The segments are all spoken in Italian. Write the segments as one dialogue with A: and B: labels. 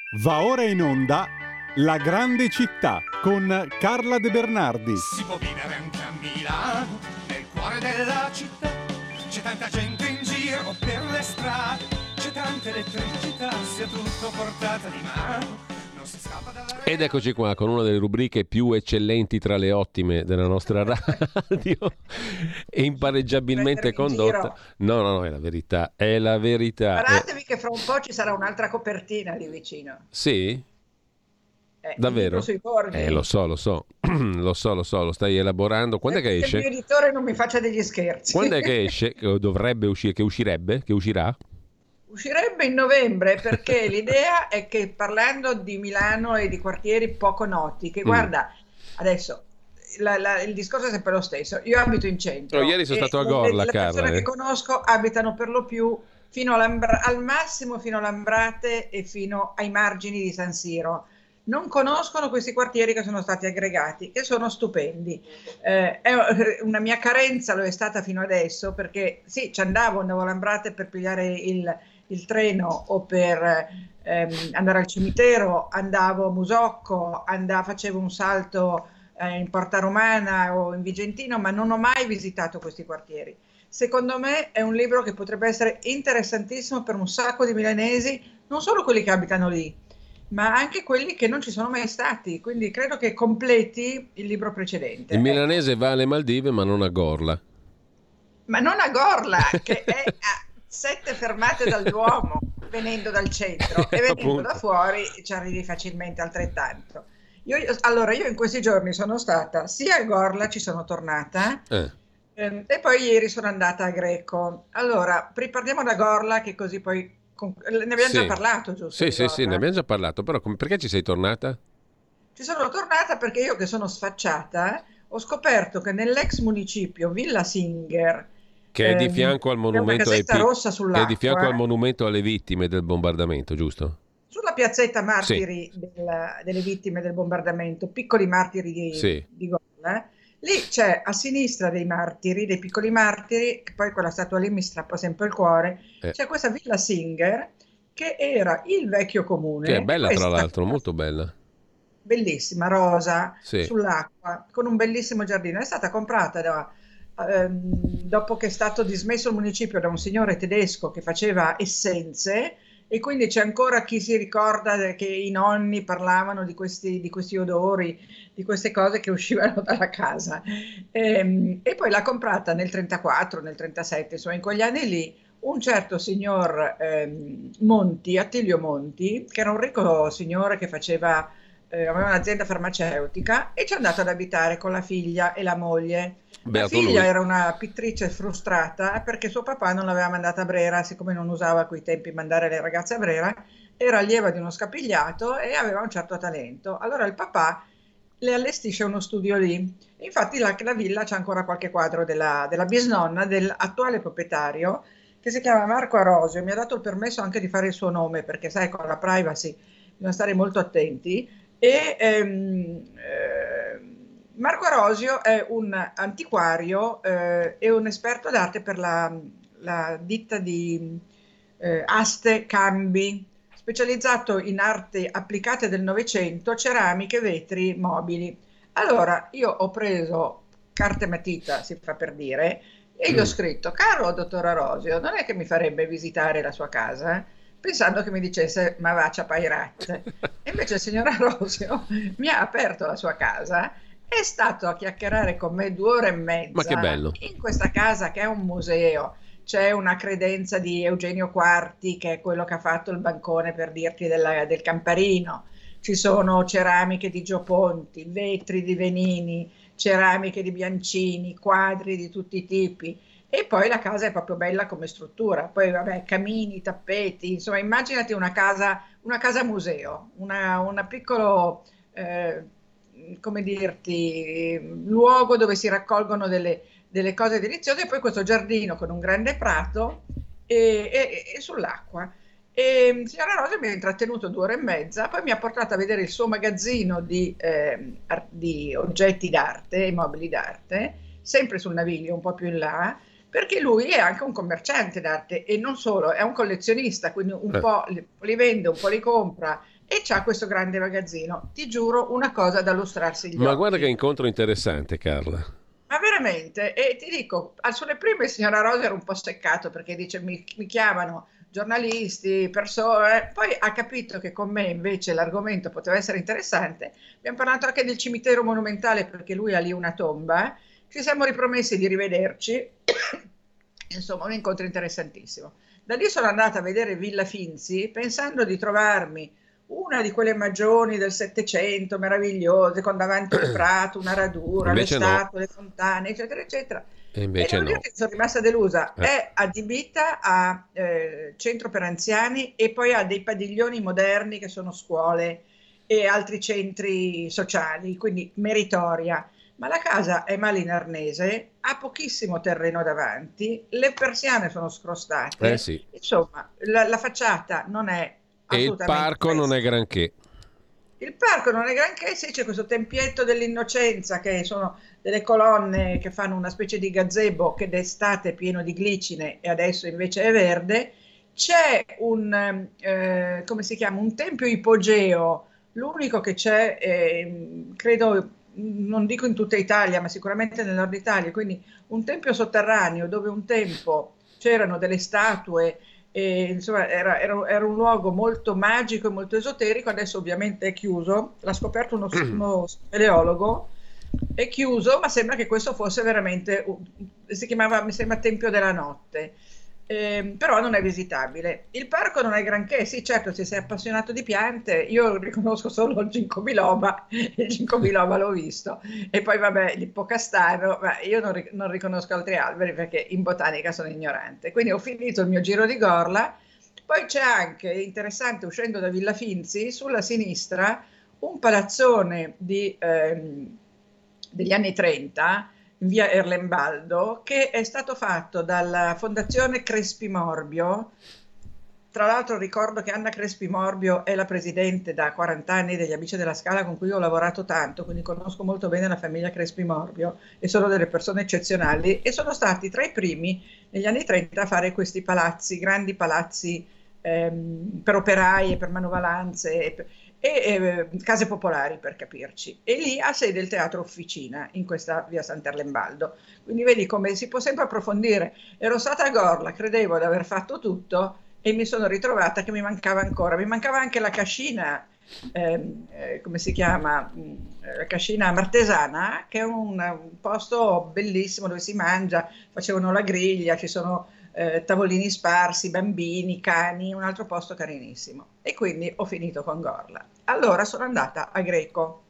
A: Va ora in onda La grande città con Carla De Bernardi.
B: Si può vivere anche a Milano, nel cuore della città. C'è tanta gente in giro per le strade, c'è tanta elettricità, sia tutto a portata di mano. Non si scappa dalla realtà.
C: Ed eccoci qua con una delle rubriche più eccellenti tra le ottime della nostra radio e impareggiabilmente condotta. No, è la verità, è la verità.
D: Guardatevi che fra un po' ci sarà un'altra copertina lì vicino.
C: Sì? Davvero?
D: Sui bordi.
C: Lo so, lo stai elaborando. Quando è che esce?
D: Il mio editore non mi faccia degli scherzi.
C: Quando è che esce? Che dovrebbe uscire? Che uscirebbe? Che uscirà?
D: Uscirebbe in novembre, perché l'idea è che, parlando di Milano e di quartieri poco noti, che guarda, adesso il discorso è sempre lo stesso. Io abito in centro.
C: Ieri sono stato a Gorla,
D: le
C: Carla.
D: persone che conosco abitano per lo più fino al massimo fino a Lambrate e fino ai margini di San Siro. Non conoscono questi quartieri che sono stati aggregati, che sono stupendi. È una mia carenza, lo è stata fino adesso, perché sì, andavo a Lambrate per pigliare il treno o per andare al cimitero, andavo a Musocco, facevo un salto in Porta Romana o in Vigentino, ma non ho mai visitato questi quartieri. Secondo me è un libro che potrebbe essere interessantissimo per un sacco di milanesi, non solo quelli che abitano lì, ma anche quelli che non ci sono mai stati, quindi credo che completi il libro precedente.
C: Il milanese va alle Maldive ma non a Gorla.
D: Ma non a Gorla, che è a 7 fermate dal Duomo, venendo dal centro, e venendo
C: Appunto.
D: da fuori ci arrivi facilmente altrettanto. Io in questi giorni sono stata sia a Gorla, ci sono tornata, e poi ieri sono andata a Greco. Allora, ripartiamo da Gorla, che così poi ne abbiamo già parlato, giusto?
C: Sì, ne abbiamo già parlato, però perché ci sei tornata?
D: Ci sono tornata perché io, che sono sfacciata, ho scoperto che nell'ex municipio Villa Singer,
C: Che è di fianco al monumento
D: rossa sull'acqua,
C: che è di fianco al monumento alle vittime del bombardamento, giusto?
D: Sulla piazzetta martiri delle vittime del bombardamento, piccoli martiri di Gorla. Lì c'è a sinistra dei martiri, dei piccoli martiri, che poi quella statua lì mi strappa sempre il cuore, c'è questa Villa Singer, che era il vecchio comune.
C: Che è bella, tra l'altro, molto bella.
D: Bellissima, rosa, sull'acqua, con un bellissimo giardino. È stata comprata dopo che è stato dismesso il municipio da un signore tedesco che faceva essenze, e quindi c'è ancora chi si ricorda che i nonni parlavano di questi odori, di queste cose che uscivano dalla casa. E poi l'ha comprata nel 34, nel 37, insomma in quegli anni lì, un certo signor Monti, Attilio Monti, che era un ricco signore che aveva un'azienda farmaceutica, e ci è andato ad abitare con la figlia e la moglie. La figlia era una pittrice frustrata perché suo papà non l'aveva mandata a Brera, siccome non usava a quei tempi mandare le ragazze a Brera, era allieva di uno scapigliato e aveva un certo talento. Allora il papà le allestisce uno studio lì. Infatti la villa c'è ancora qualche quadro della bisnonna dell'attuale proprietario, che si chiama Marco Arosio. Mi ha dato il permesso anche di fare il suo nome, perché sai, con la privacy bisogna stare molto attenti. Marco Arosio è un antiquario e un esperto d'arte per la ditta di aste cambi, specializzato in arti applicate del Novecento, ceramiche, vetri, mobili. Allora io ho preso carta e matita, si fa per dire, e gli ho scritto: caro dottor Arosio, non è che mi farebbe visitare la sua casa? Pensando che mi dicesse: ma va, Ciapairat. E invece il signor Arosio mi ha aperto la sua casa, è stato a chiacchierare con me 2 ore e mezza.
C: Ma che bello.
D: In questa casa, che è un museo, c'è una credenza di Eugenio Quarti, che è quello che ha fatto il bancone, per dirti, del Camparino. Ci sono ceramiche di Gio Ponti, vetri di Venini, ceramiche di Biancini, quadri di tutti i tipi. E poi la casa è proprio bella come struttura. Poi vabbè, camini, tappeti, insomma immaginati una casa museo, una piccolo come dirti, luogo dove si raccolgono delle cose deliziose, e poi questo giardino con un grande prato e sull'acqua. E il signor Arosio mi ha intrattenuto 2 ore e mezza, poi mi ha portato a vedere il suo magazzino di oggetti d'arte, mobili d'arte, sempre sul Naviglio, un po' più in là, perché lui è anche un commerciante d'arte, e non solo, è un collezionista, quindi un po' li vende, un po' li compra, e c'ha questo grande magazzino. Ti giuro, una cosa da lustrarsi gli occhi.
C: Ma guarda che incontro interessante, Carla.
D: Ma veramente, e ti dico, sulle prime il signor Rosa era un po' seccato perché dice mi chiamano giornalisti, persone, poi ha capito che con me invece l'argomento poteva essere interessante. Abbiamo parlato anche del cimitero monumentale perché lui ha lì una tomba, ci siamo ripromessi di rivederci, insomma un incontro interessantissimo. Da lì sono andata a vedere Villa Finzi pensando di trovarmi una di quelle magioni del Settecento meravigliose, con davanti un prato, una radura, invece le statue, le fontane, eccetera, eccetera.
C: E invece
D: devo dire che sono rimasta delusa. È adibita a centro per anziani e poi ha dei padiglioni moderni che sono scuole e altri centri sociali, quindi meritoria. Ma la casa è male in arnese, ha pochissimo terreno davanti, le persiane sono scrostate,
C: sì.
D: Insomma, la facciata non è
C: e il parco non è granché.
D: Il parco non è granché, sì, c'è questo tempietto dell'innocenza che sono delle colonne che fanno una specie di gazebo che d'estate è pieno di glicine e adesso invece è verde. C'è un, come si chiama, un tempio ipogeo, l'unico che c'è, credo, non dico in tutta Italia, ma sicuramente nel nord Italia, quindi un tempio sotterraneo dove un tempo c'erano delle statue. E, insomma, era un luogo molto magico e molto esoterico, adesso ovviamente è chiuso, l'ha scoperto uno speleologo, è chiuso, ma sembra che questo fosse veramente, si chiamava, mi sembra, Tempio della Notte, però non è visitabile. Il parco non è granché, sì certo, se sei appassionato di piante, io riconosco solo il ginkgo biloba, il ginkgo biloba l'ho visto, e poi vabbè l'ippocastano, ma io non riconosco altri alberi perché in botanica sono ignorante. Quindi ho finito il mio giro di Gorla. Poi c'è anche, interessante, uscendo da Villa Finzi, sulla sinistra un palazzone degli anni 30 in via Erlembaldo, che è stato fatto dalla Fondazione Crespi Morbio. Tra l'altro ricordo che Anna Crespi Morbio è la presidente da 40 anni degli Amici della Scala, con cui ho lavorato tanto, quindi conosco molto bene la famiglia Crespi Morbio e sono delle persone eccezionali, e sono stati tra i primi negli anni 30 a fare questi palazzi, grandi palazzi per operai e per manovalanze e case popolari, per capirci, e lì ha sede il teatro Officina in questa via Sant'Erlembaldo, quindi vedi come si può sempre approfondire. Ero stata a Gorla, credevo di aver fatto tutto e mi sono ritrovata che mi mancava ancora, mi mancava anche la cascina, come si chiama, la cascina Martesana, che è un posto bellissimo dove si mangia, facevano la griglia, ci sono tavolini sparsi, bambini, cani, un altro posto carinissimo. E quindi ho finito con Gorla. Allora sono andata a Greco.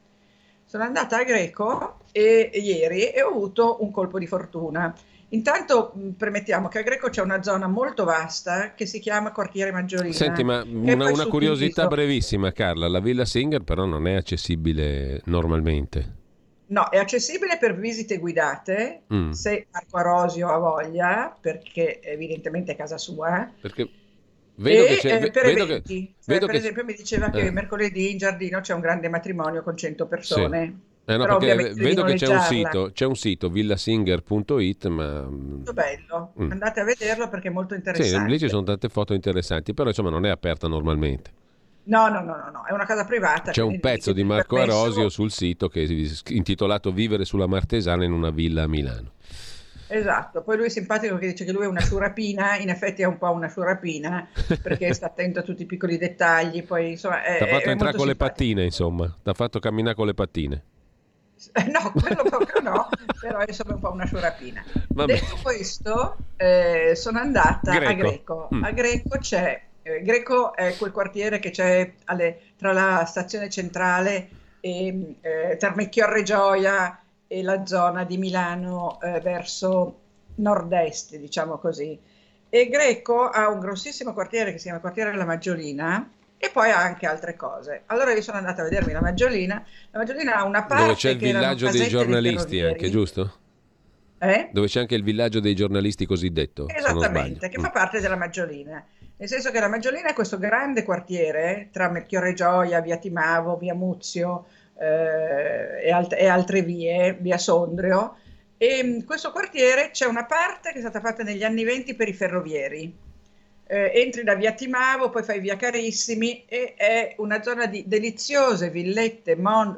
D: E ieri ho avuto un colpo di fortuna. Intanto premettiamo che a Greco c'è una zona molto vasta che si chiama Quartiere Maggiorina.
C: Senti, ma una curiosità brevissima, Carla. La Villa Singer però non è accessibile normalmente.
D: No, è accessibile per visite guidate, se Marco Arosio ha voglia, perché evidentemente è casa sua.
C: Perché vedo che c'è,
D: per eventi. Per esempio mi diceva che mercoledì in giardino c'è un grande matrimonio con 100 persone.
C: Sì. No, perché vedo che c'è un sito villasinger.it, ma
D: molto bello, andate a vederlo perché è molto interessante.
C: Sì, lì ci sono tante foto interessanti, però insomma non è aperta normalmente.
D: No, è una casa privata.
C: C'è un pezzo di Marco Arosio sul sito che è intitolato Vivere sulla Martesana in una villa a Milano.
D: Esatto, poi lui è simpatico che dice che lui è una sciurapina, in effetti è un po' una sciurapina perché sta attento a tutti i piccoli dettagli, poi insomma
C: t'ha fatto entrare con le pattine, insomma, t'ha fatto camminare con le pattine.
D: No, quello proprio no, però insomma è un po' una sciurapina. Detto questo, sono andata a Greco. A Greco c'è Greco è quel quartiere che c'è tra la stazione centrale e Termecchiorre Gioia e la zona di Milano verso nord-est, diciamo così. E Greco ha un grossissimo quartiere che si chiama Quartiere della Maggiolina e poi ha anche altre cose. Allora io sono andata a vedermi la Maggiolina. La Maggiolina ha una parte
C: dove c'è il villaggio dei giornalisti anche, giusto? Dove c'è anche il villaggio dei giornalisti così-detto.
D: Esattamente, che fa parte della Maggiolina. Nel senso che la Maggiolina è questo grande quartiere tra Melchiorre Gioia, via Timavo, via Muzio e altre vie, via Sondrio. E in questo quartiere c'è una parte che è stata fatta negli anni 20 per i ferrovieri. entri da via Timavo, poi fai via Carissimi e è una zona di deliziose villette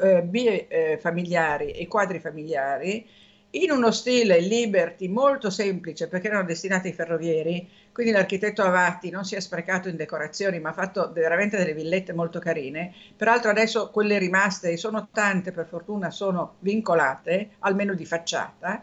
D: familiari e quadri familiari in uno stile Liberty molto semplice perché erano destinati ai ferrovieri, quindi l'architetto Avati non si è sprecato in decorazioni ma ha fatto veramente delle villette molto carine. Peraltro adesso quelle rimaste, sono tante per fortuna, sono vincolate, almeno di facciata,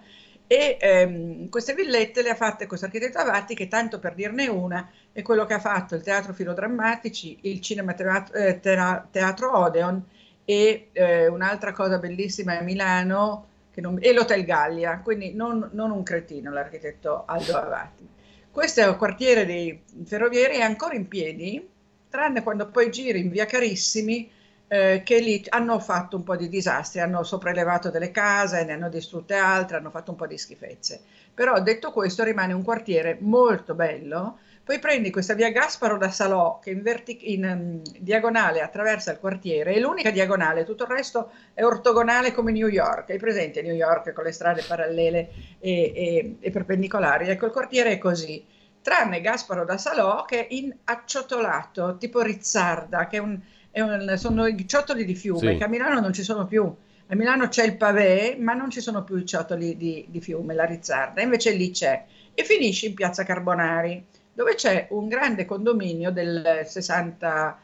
D: e queste villette le ha fatte questo architetto Avati, che tanto per dirne una è quello che ha fatto il Teatro Filodrammatici, il Cinema Teatro Odeon e un'altra cosa bellissima a Milano e l'Hotel Gallia, quindi non un cretino l'architetto Aldo Avati. Questo è il quartiere dei ferrovieri, è ancora in piedi, tranne quando poi giri in via Carissimi, che lì hanno fatto un po' di disastri, hanno sopraelevato delle case, ne hanno distrutte altre, hanno fatto un po' di schifezze. Però detto questo rimane un quartiere molto bello. Poi prendi questa via Gasparo da Salò che in diagonale attraversa il quartiere, è l'unica diagonale, tutto il resto è ortogonale come New York. Hai presente New York con le strade parallele e perpendicolari? Ecco, il quartiere è così, tranne Gasparo da Salò che è in acciottolato, tipo Rizzarda, che sono i ciottoli di fiume,
C: sì,
D: che a Milano non ci sono più. A Milano c'è il pavé, ma non ci sono più i ciottoli di fiume, la Rizzarda, invece lì c'è. E finisci in piazza Carbonari, dove c'è un grande condominio del 60,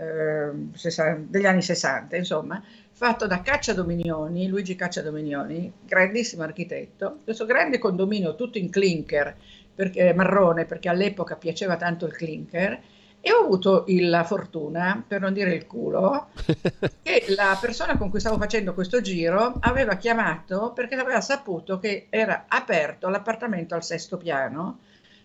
D: degli anni 60, insomma, fatto da Cacciadominioni, Luigi Cacciadominioni, grandissimo architetto. Questo grande condominio tutto in clinker, marrone, perché all'epoca piaceva tanto il clinker, e ho avuto la fortuna, per non dire il culo, che la persona con cui stavo facendo questo giro aveva chiamato perché aveva saputo che era aperto l'appartamento al sesto piano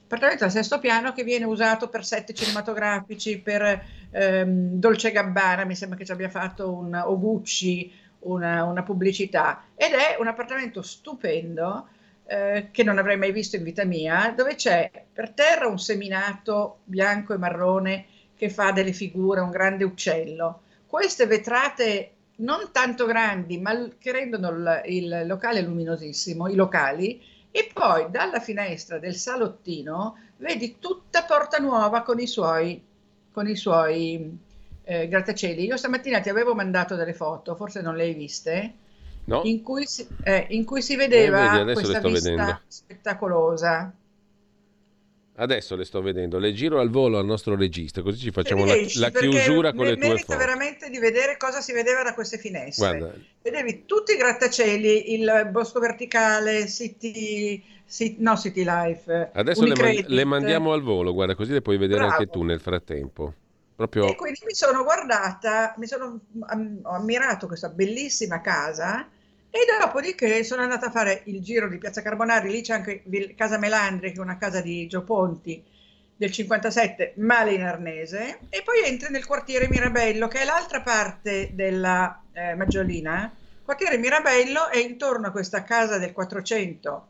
D: che viene usato per set cinematografici, per Dolce Gabbana, mi sembra che ci abbia fatto o Gucci una pubblicità, ed è un appartamento stupendo che non avrei mai visto in vita mia, dove c'è per terra un seminato bianco e marrone che fa delle figure, un grande uccello. Queste vetrate non tanto grandi, ma che rendono il locale luminosissimo, i locali, e poi dalla finestra del salottino vedi tutta Porta Nuova con i suoi grattacieli. Io stamattina ti avevo mandato delle foto, forse non le hai viste,
C: no?
D: in cui si vedeva
C: Vedi, adesso
D: questa
C: le sto
D: vista
C: vedendo.
D: spettacolosa.
C: Adesso le sto vedendo, le giro al volo al nostro regista, così ci
D: Se
C: facciamo
D: riesci,
C: la
D: perché
C: chiusura con le tue
D: merita
C: foto.
D: veramente di vedere cosa si vedeva da queste finestre.
C: Guarda,
D: Vedevi tutti i grattacieli, il Bosco Verticale, City Life,
C: adesso le
D: Unicredit.
C: mandiamo al volo, guarda, così le puoi vedere anche tu
D: Bravo.
C: nel frattempo.
D: E
C: Proprio
D: quindi mi sono guardata, ho ammirato questa bellissima casa e dopodiché sono andata a fare il giro di Piazza Carbonari. Lì c'è anche Casa Melandri, che è una casa di Gio Ponti del 57, male in arnese, e poi entri nel quartiere Mirabello, che è l'altra parte della Maggiolina. Il quartiere Mirabello è intorno a questa casa del 400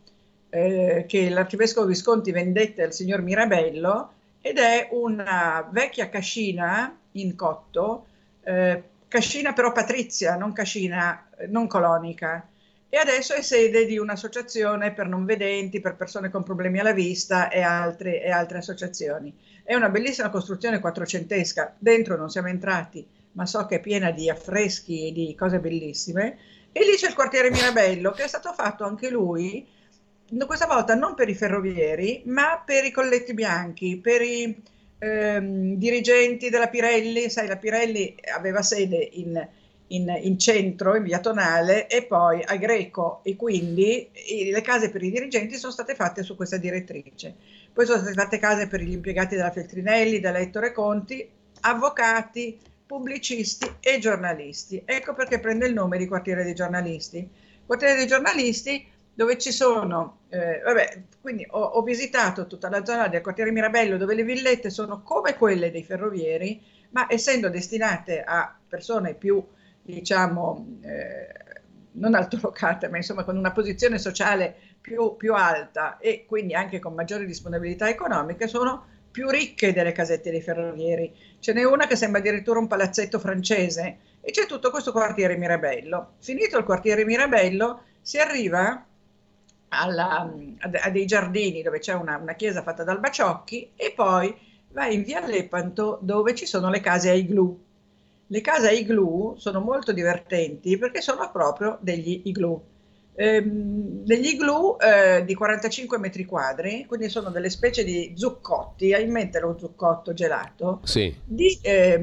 D: che l'arcivescovo Visconti vendette al signor Mirabello, ed è una vecchia cascina in cotto, cascina però patrizia, non cascina non colonica, e adesso è sede di un'associazione per non vedenti, per persone con problemi alla vista e altre associazioni. È una bellissima costruzione quattrocentesca, dentro non siamo entrati, ma so che è piena di affreschi e di cose bellissime, e lì c'è il quartiere Mirabello, che è stato fatto anche lui, questa volta non per i ferrovieri, ma per i colletti bianchi, per i dirigenti della Pirelli. Sai, la Pirelli aveva sede in centro, in via Tonale, e poi a Greco, e quindi le case per i dirigenti sono state fatte su questa direttrice. Poi sono state fatte case per gli impiegati della Feltrinelli, della Ettore Conti, avvocati, pubblicisti e giornalisti. Ecco perché prende il nome di quartiere dei giornalisti. Quartiere dei giornalisti, dove ci sono, quindi ho visitato tutta la zona del quartiere Mirabello, dove le villette sono come quelle dei ferrovieri, ma essendo destinate a persone più, diciamo, non altolocate, ma insomma con una posizione sociale più alta e quindi anche con maggiori disponibilità economiche, sono più ricche delle casette dei ferrovieri. Ce n'è una che sembra addirittura un palazzetto francese, e c'è tutto questo quartiere Mirabello. Finito il quartiere Mirabello, si arriva a dei giardini dove c'è una chiesa fatta dal Baciocchi, e poi vai in via Lepanto dove ci sono le case a igloo. Le case a igloo sono molto divertenti perché sono proprio degli igloo. Degli igloo di 45 metri quadri, quindi sono delle specie di zuccotti, hai in mente lo zuccotto gelato?
C: Sì.
D: Di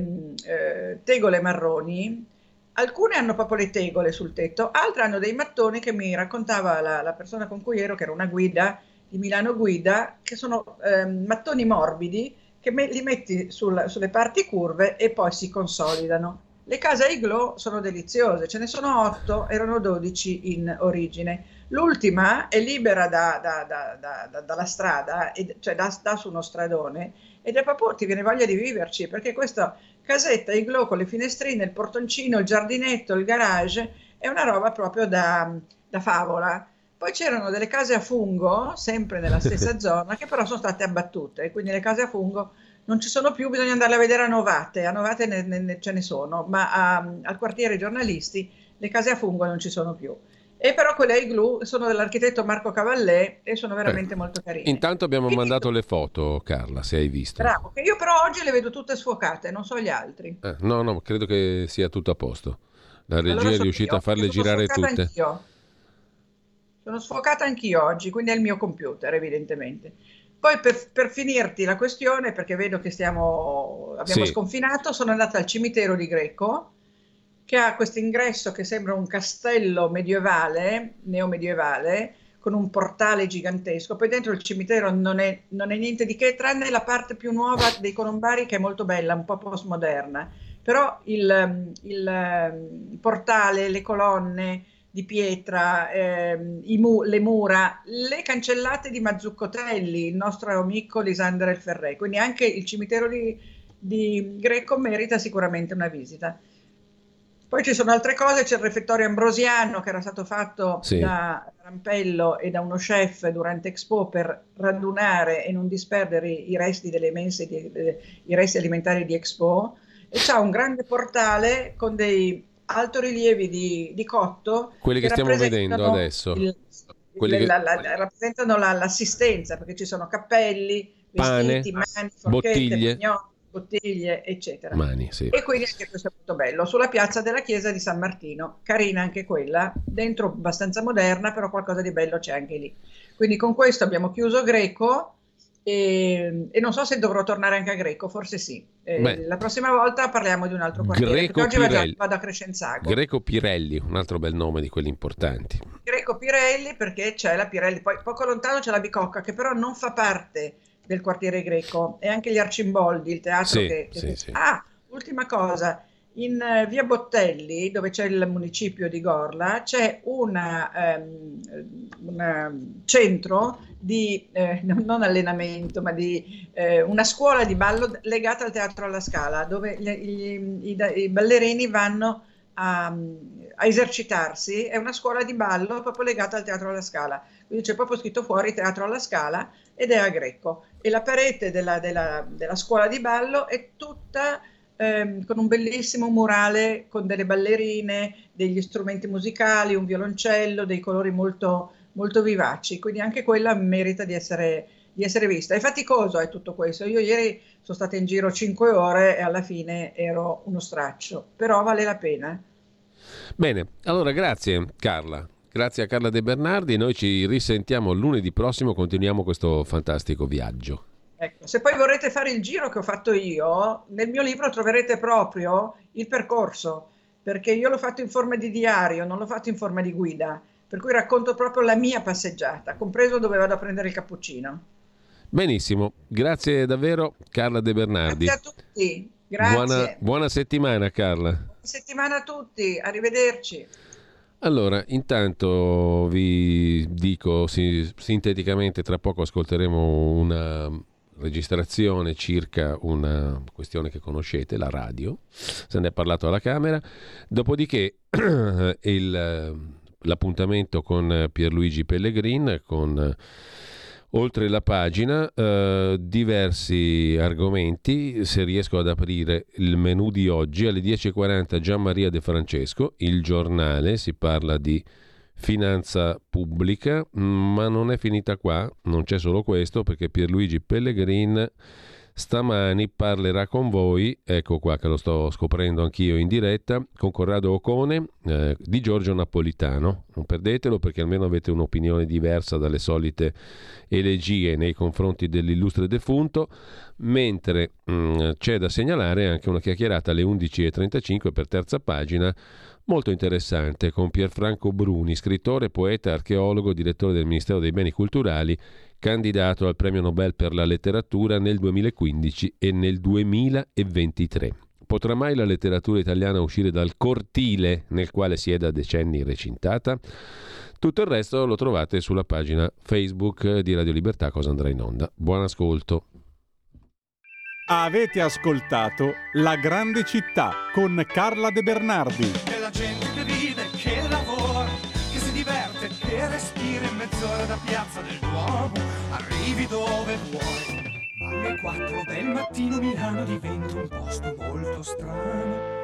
D: tegole marroni. Alcune hanno proprio le tegole sul tetto, altre hanno dei mattoni che mi raccontava la persona con cui ero, che era una guida di Milano Guida, che sono mattoni morbidi che li metti sulle parti curve e poi si consolidano. Le case a igloo sono deliziose, ce ne sono 8, erano 12 in origine. L'ultima è libera dalla strada, cioè da su uno stradone, ed è proprio, ti viene voglia di viverci, perché questa casetta igloo con le finestrine, il portoncino, il giardinetto, il garage, è una roba proprio da favola. Poi c'erano delle case a fungo, sempre nella stessa zona, che però sono state abbattute, quindi le case a fungo non ci sono più, bisogna andarle a vedere a Novate ce ne sono, ma al quartiere Giornalisti le case a fungo non ci sono più. E però quelle a igloo sono dell'architetto Marco Cavallè e sono veramente molto carine.
C: Intanto abbiamo mandato le foto, Carla, se hai visto.
D: Bravo, che io però oggi le vedo tutte sfocate, non so gli altri.
C: No, credo che sia tutto a posto. La regia è riuscita a farle girare tutte.
D: Anch'io. Sono sfocata anch'io oggi, quindi è il mio computer, evidentemente. Poi per finirti la questione, perché vedo che abbiamo sconfinato, sono andata al cimitero di Greco, che ha questo ingresso che sembra un castello medievale, neomedievale, con un portale gigantesco. Poi dentro il cimitero non è niente di che, tranne la parte più nuova dei colombari, che è molto bella, un po' postmoderna. Però il portale, le colonne di pietra, le mura, le cancellate di Mazzuccotelli, il nostro amico Lisander El Ferré. Quindi anche il cimitero di Greco merita sicuramente una visita. Poi ci sono altre cose, c'è il refettorio ambrosiano che era stato fatto da Rampello e da uno chef durante Expo per radunare e non disperdere i resti delle mense, i resti alimentari di Expo, e c'ha un grande portale con dei altorilievi di cotto,
C: quelli che stiamo vedendo adesso,
D: rappresentano l'assistenza, perché ci sono cappelli, vestiti,
C: pane,
D: mani, forchette,
C: bottiglie,
D: eccetera.
C: Sì.
D: E quindi anche questo è molto bello, sulla piazza della chiesa di San Martino, carina anche quella, dentro abbastanza moderna, però qualcosa di bello c'è anche lì. Quindi con questo abbiamo chiuso Greco e non so se dovrò tornare anche a Greco, forse sì. La prossima volta parliamo di un altro quartiere, perché oggi vado a Crescenzago.
C: Greco Pirelli, un altro bel nome di quelli importanti.
D: Greco Pirelli, perché c'è la Pirelli, poi poco lontano c'è la Bicocca, che però non fa parte del quartiere Greco, e anche gli Arcimboldi, il teatro
C: sì.
D: Ultima cosa, in via Bottelli, dove c'è il municipio di Gorla, c'è un centro di non allenamento, ma di una scuola di ballo legata al Teatro alla Scala, dove i ballerini vanno a esercitarsi. È una scuola di ballo proprio legata al Teatro alla Scala, quindi c'è proprio scritto fuori Teatro alla Scala, ed è a Greco, e la parete della scuola di ballo è tutta con un bellissimo murale con delle ballerine, degli strumenti musicali, un violoncello, dei colori molto, molto vivaci, quindi anche quella merita di essere vista. È faticoso tutto questo. Io ieri sono stata in giro 5 ore e alla fine ero uno straccio, però vale la pena.
C: Bene, allora grazie Carla. Grazie a Carla De Bernardi, noi ci risentiamo lunedì prossimo, continuiamo questo fantastico viaggio.
D: Ecco, se poi vorrete fare il giro che ho fatto io, nel mio libro troverete proprio il percorso, perché io l'ho fatto in forma di diario, non l'ho fatto in forma di guida, per cui racconto proprio la mia passeggiata, compreso dove vado a prendere il cappuccino.
C: Benissimo, grazie davvero Carla De Bernardi.
D: Grazie a tutti, grazie.
C: Buona settimana Carla.
D: Buona settimana a tutti, arrivederci.
C: Allora, intanto vi dico sinteticamente, tra poco ascolteremo una registrazione circa una questione che conoscete, la radio, se ne è parlato alla Camera, dopodiché l'appuntamento con Pierluigi Pellegrin, con oltre la pagina, diversi argomenti. Se riesco ad aprire il menù di oggi, alle 10.40 Gianmaria De Francesco, Il Giornale, si parla di finanza pubblica, ma non è finita qua, non c'è solo questo, perché Pierluigi Pellegrin Stamani parlerà con voi, ecco qua che lo sto scoprendo anch'io in diretta, con Corrado Ocone, di Giorgio Napolitano. Non perdetelo, perché almeno avete un'opinione diversa dalle solite elegie nei confronti dell'illustre defunto, mentre c'è da segnalare anche una chiacchierata alle 11.35 per Terza Pagina, molto interessante, con Pierfranco Bruni, scrittore, poeta, archeologo, direttore del Ministero dei Beni Culturali, candidato al Premio Nobel per la letteratura nel 2015 e nel 2023. Potrà mai la letteratura italiana uscire dal cortile nel quale si è da decenni recintata? Tutto il resto lo trovate sulla pagina Facebook di Radio Libertà, Cosa andrà in onda. Buon ascolto.
A: Avete ascoltato La Grande Città con Carla De Bernardi.
B: È la gente che vive, che lavora, che si diverte, che respira in mezz'ora da Piazza del Duomo. Arrivi dove vuoi, ma alle 4 del mattino Milano diventa un posto molto strano.